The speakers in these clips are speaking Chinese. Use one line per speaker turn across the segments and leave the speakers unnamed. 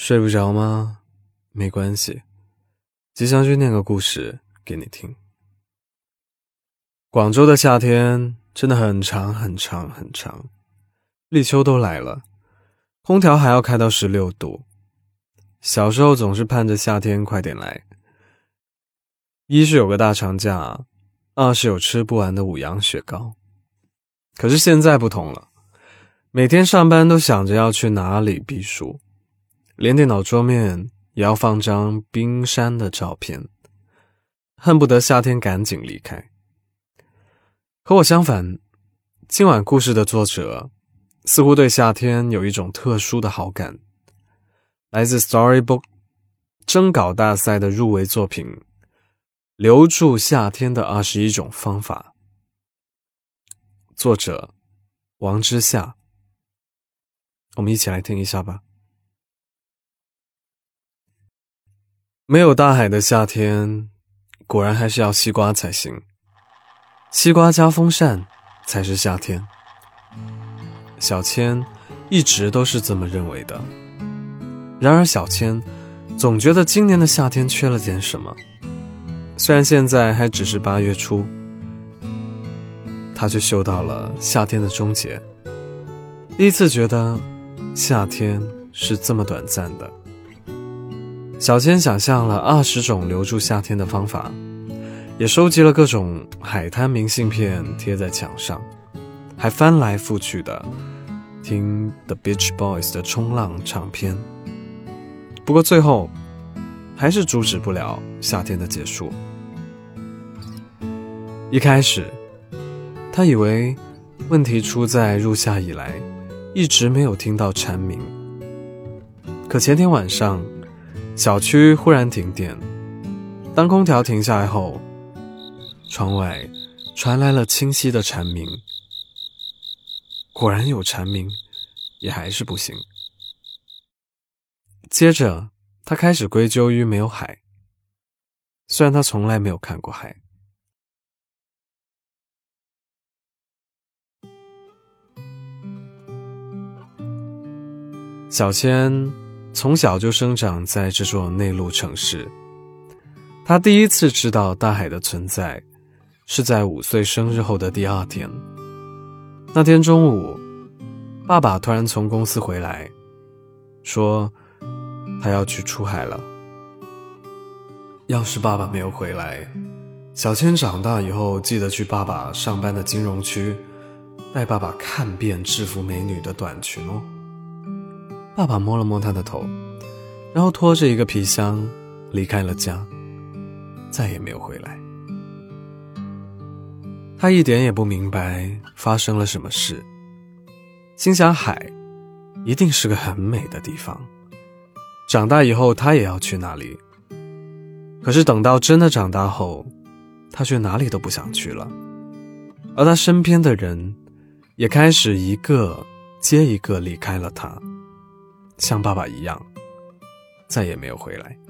睡不着吗？没关系，吉祥君念个故事给你听。广州的夏天真的很长很长很长，立秋都来了，空调还要开到16度。小时候总是盼着夏天快点来，一是有个大长假，二是有吃不完的五羊雪糕。可是现在不同了，每天上班都想着要去哪里避暑，连电脑桌面也要放张冰山的照片，恨不得夏天赶紧离开。和我相反，今晚故事的作者似乎对夏天有一种特殊的好感。来自 Storybook 征稿大赛的入围作品《留住夏天的21种方法》，作者王之夏。我们一起来听一下吧。没有大海的夏天，果然还是要西瓜才行。西瓜加风扇才是夏天。小千一直都是这么认为的。然而小千总觉得今年的夏天缺了点什么。虽然现在还只是8月初，他却嗅到了夏天的终结。第一次觉得夏天是这么短暂的。小千想象了20种留住夏天的方法，也收集了各种海滩明信片贴在墙上，还翻来覆去的听 The Beach Boys 的冲浪唱片。不过最后还是阻止不了夏天的结束。一开始他以为问题出在入夏以来一直没有听到蝉鸣，可前天晚上小区忽然停电，当空调停下来后，窗外传来了清晰的蝉鸣。果然有蝉鸣，也还是不行。接着他开始归咎于没有海，虽然他从来没有看过海。小千从小就生长在这座内陆城市，他第一次知道大海的存在是在5岁生日后的第2天。那天中午，爸爸突然从公司回来，说他要去出海了。要是爸爸没有回来，小千长大以后记得去爸爸上班的金融区，带爸爸看遍制服美女的短裙哦。爸爸摸了摸他的头，然后拖着一个皮箱离开了家，再也没有回来。他一点也不明白发生了什么事，心想海一定是个很美的地方，长大以后他也要去那里。可是等到真的长大后，他却哪里都不想去了。而他身边的人也开始一个接一个离开了他，像爸爸一样再也没有回来。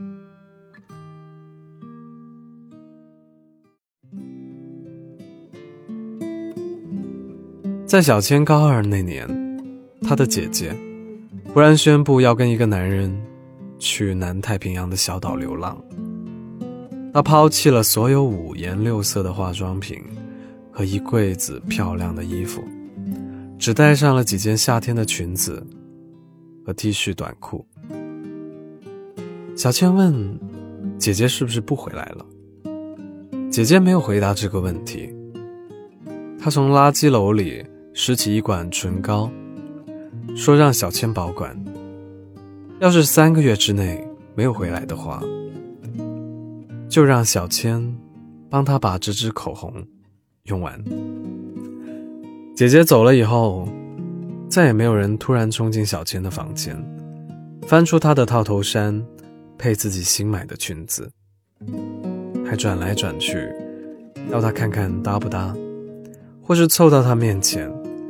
在小千高2那年，他的姐姐忽然宣布要跟一个男人去南太平洋的小岛流浪。他抛弃了所有5颜6色的化妆品和一柜子漂亮的衣服，只带上了几件夏天的裙子和 T 恤短裤。小千问姐姐是不是不回来了，姐姐没有回答这个问题。她从垃圾篓里拾起一管唇膏，说让小千保管，要是3个月之内没有回来的话，就让小千帮她把这支口红用完。姐姐走了以后，再也没有人突然冲进小千的房间，翻出她的套头衫配自己新买的裙子，还转来转去要她看看搭不搭，或是凑到她面前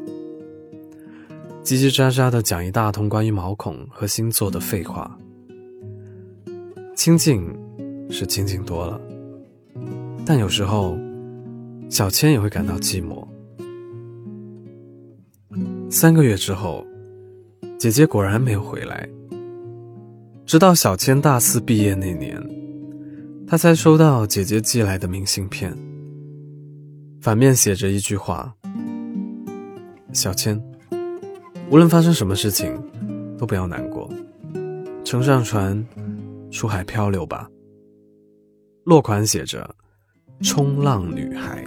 叽叽喳喳地讲一大通关于毛孔和星座的废话。亲近是亲近多了，但有时候小千也会感到寂寞。3个月之后，姐姐果然没有回来。 直到小千大4毕业那年，他才收到姐姐寄来的明信片，反面写着一句话：小千，无论发生什么事情都不要难过，乘上船出海漂流吧。落款写着冲浪女孩。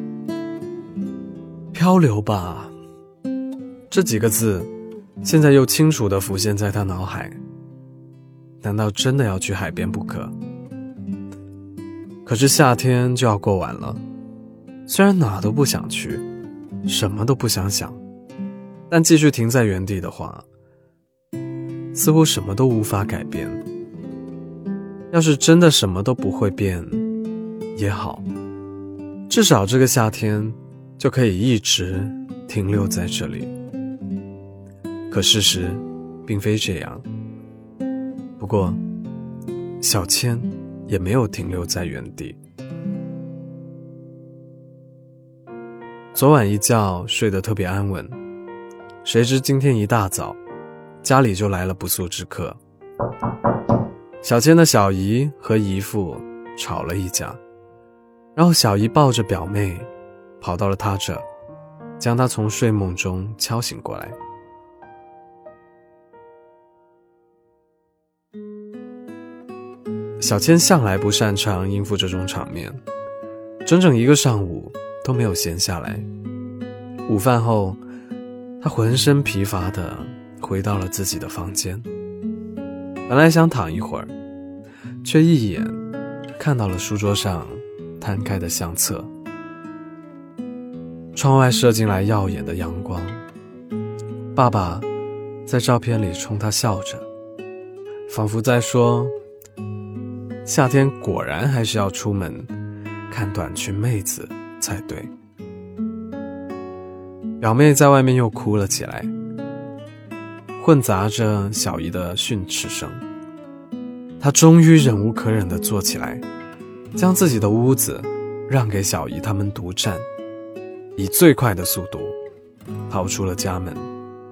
漂流吧，这几个字现在又清楚地浮现在他脑海。难道真的要去海边不可？可是夏天就要过完了，虽然哪都不想去，什么都不想想，但继续停在原地的话，似乎什么都无法改变。要是真的什么都不会变也好，至少这个夏天就可以一直停留在这里。可事实并非这样。不过小千也没有停留在原地。昨晚一觉睡得特别安稳，谁知今天一大早家里就来了不速之客。小千的小姨和姨父吵了一架，然后小姨抱着表妹跑到了他这，将他从睡梦中敲醒过来。小千向来不擅长应付这种场面，整整1个上午都没有闲下来。午饭后，他浑身疲乏地回到了自己的房间。本来想躺一会儿，却一眼看到了书桌上摊开的相册。窗外射进来耀眼的阳光，爸爸在照片里冲他笑着，仿佛在说，夏天果然还是要出门看短裙妹子才对。表妹在外面又哭了起来，混杂着小姨的训斥声。她终于忍无可忍地坐起来，将自己的屋子让给小姨他们独占，以最快的速度逃出了家门。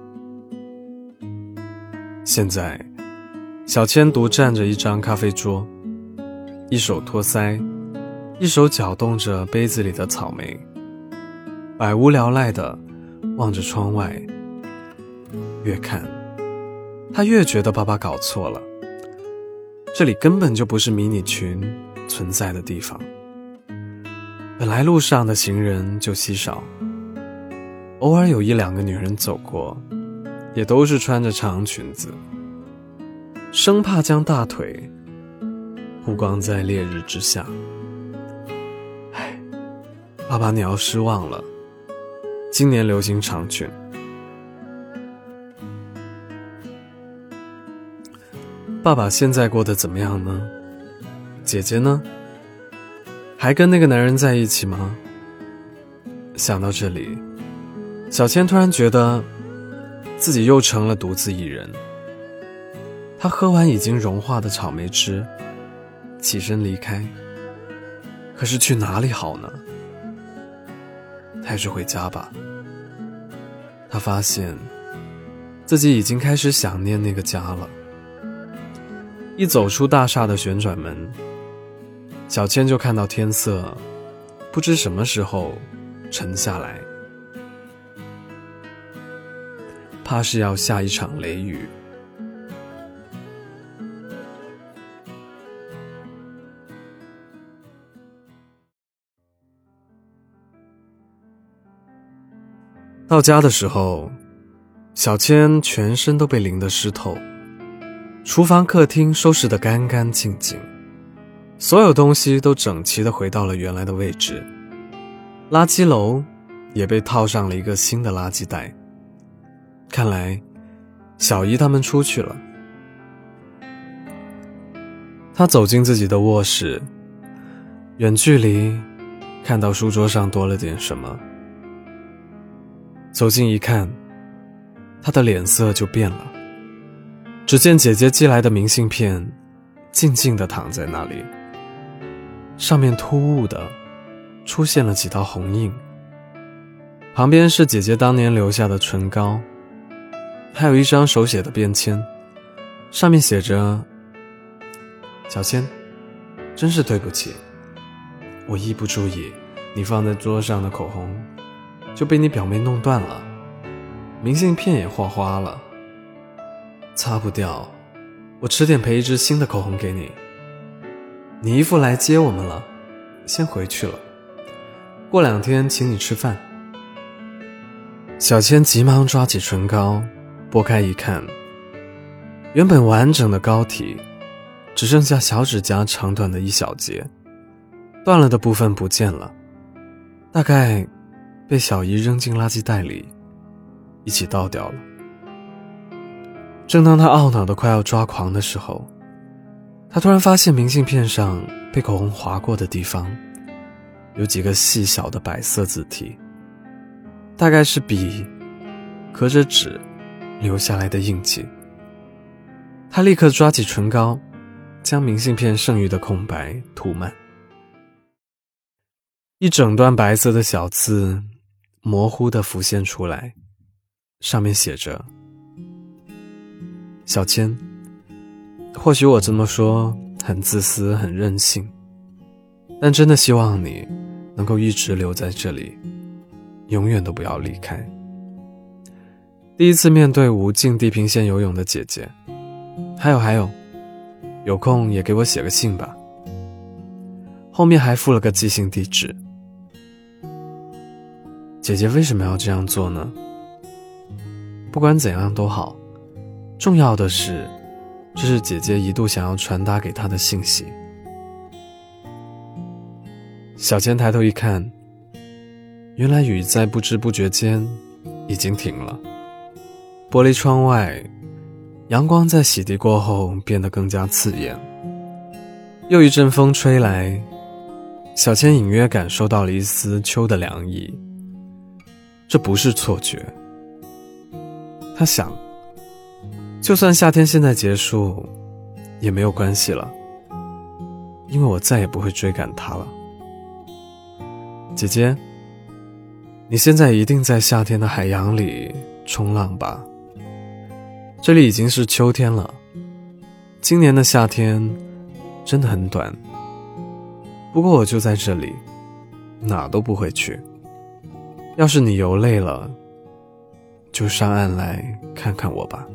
现在小千独占着一张咖啡桌，一手托腮，一手搅动着杯子里的草莓，百无聊赖地望着窗外。越看他越觉得爸爸搞错了，这里根本就不是迷你裙存在的地方。本来路上的行人就稀少，偶尔有1、2个女人走过，也都是穿着长裙子，生怕将大腿曝光在烈日之下。唉，爸爸你要失望了，今年流行长裙。爸爸现在过得怎么样呢？姐姐呢？还跟那个男人在一起吗？想到这里，小千突然觉得自己又成了独自一人。他喝完已经融化的草莓汁，起身离开。可是去哪里好呢？还是回家吧。他发现自己已经开始想念那个家了。一走出大厦的旋转门，小千就看到天色不知什么时候沉下来，怕是要下一场雷雨。到家的时候，小千全身都被淋得湿透，厨房客厅收拾得干干净净，所有东西都整齐地回到了原来的位置，垃圾篓也被套上了一个新的垃圾袋。看来小姨他们出去了。他走进自己的卧室，远距离看到书桌上多了点什么，走近一看，他的脸色就变了。只见姐姐寄来的明信片静静地躺在那里，上面突兀地出现了几道红印，旁边是姐姐当年留下的唇膏，还有一张手写的便签，上面写着小千，真是对不起，我一不注意，你放在桌上的口红就被你表妹弄断了，明信片也画花了，擦不掉，我迟点赔一支新的口红给你。你姨父来接我们了，先回去了，过2天请你吃饭。小千急忙抓起唇膏，拨开一看，原本完整的膏体只剩下小指甲长短的一小截，断了的部分不见了，大概被小姨扔进垃圾袋里一起倒掉了。正当他懊恼的快要抓狂的时候，他突然发现明信片上被口红划过的地方有几个细小的白色字体，大概是笔隔着纸留下来的印记。他立刻抓起唇膏，将明信片剩余的空白涂满，一整段白色的小字模糊地浮现出来，上面写着：小千，或许我这么说很自私很任性，但真的希望你能够一直留在这里，永远都不要离开。第一次面对无尽地平线游泳的姐姐，还有，有空也给我写个信吧。后面还附了个寄信地址。姐姐为什么要这样做呢？不管怎样都好，重要的是，这是姐姐一度想要传达给她的信息。小千抬头一看，原来雨在不知不觉间已经停了。玻璃窗外，阳光在洗涤过后变得更加刺眼。又一阵风吹来，小千隐约感受到了一丝秋的凉意。这不是错觉。他想，就算夏天现在结束也没有关系了，因为我再也不会追赶他了。姐姐，你现在一定在夏天的海洋里冲浪吧？这里已经是秋天了，今年的夏天真的很短。不过我就在这里，哪都不会去。要是你游累了，就上岸来看看我吧。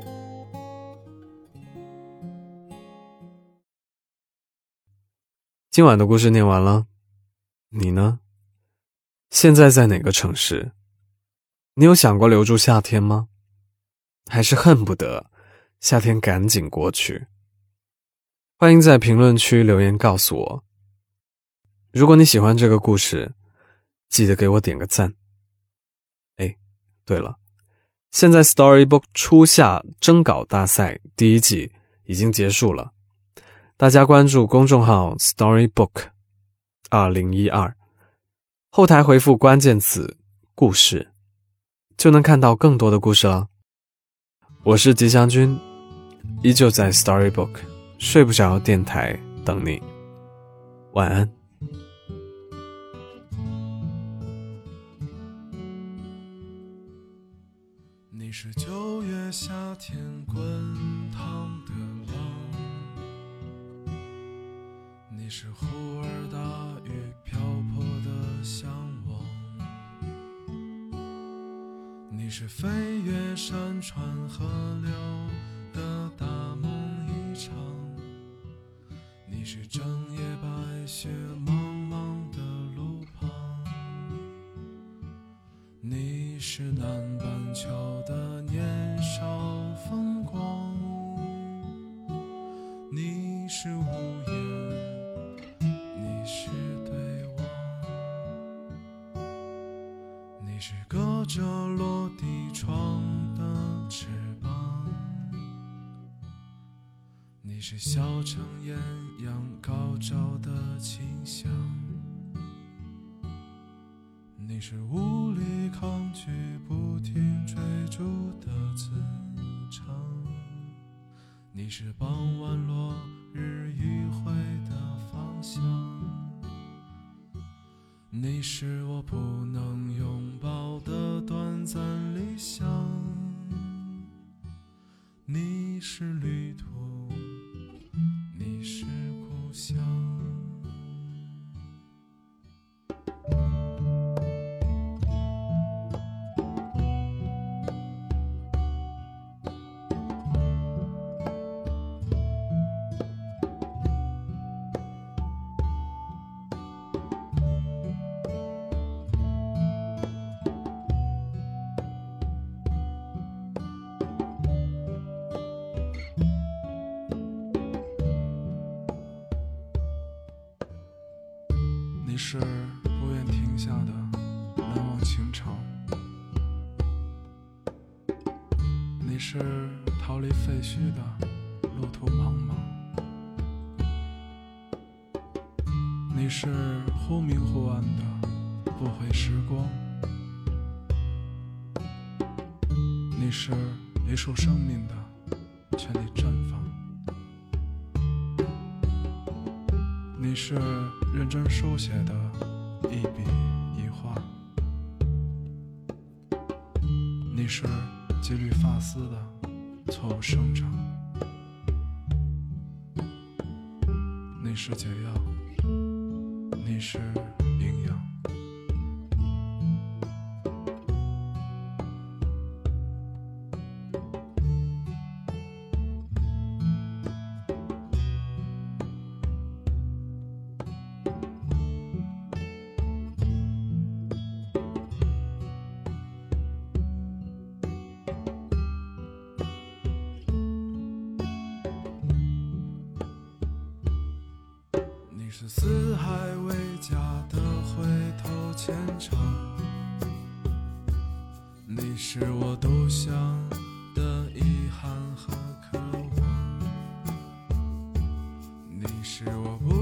今晚的故事念完了，你呢？现在在哪个城市？你有想过留住夏天吗？还是恨不得夏天赶紧过去？欢迎在评论区留言告诉我。如果你喜欢这个故事，记得给我点个赞。对了，现在 Storybook 初夏征稿大赛第1季已经结束了，大家关注公众号 Storybook 2012，后台回复关键词故事，就能看到更多的故事了。我是吉祥君，依旧在 Storybook 睡不着电台等你，晚安。
你是9月夏天滚烫的浪，你是忽而大雨瓢泼的向往，你是飞越山川河流的大梦一场，你是整夜白雪茫茫的路旁，你是南半球的年少风光，你是午夜，你是对望，你是隔着落地窗的翅膀，你是小城艳阳高照的清香，你是无力抗拒不停追逐的磁场，你是傍晚落日余晖的方向，你是我不能拥抱的短暂理想，你是旅途，你是你是不愿停下的难忘情长，你是逃离废墟的路途茫茫，你是忽明忽暗的不悔时光，你是一束生命的全力绽放，你是认真书写的一笔一画，你是几缕发丝的错误生长，你是解药，你是营养。你是四海为家的回头牵肠，你是我独享的遗憾和渴望，你是我不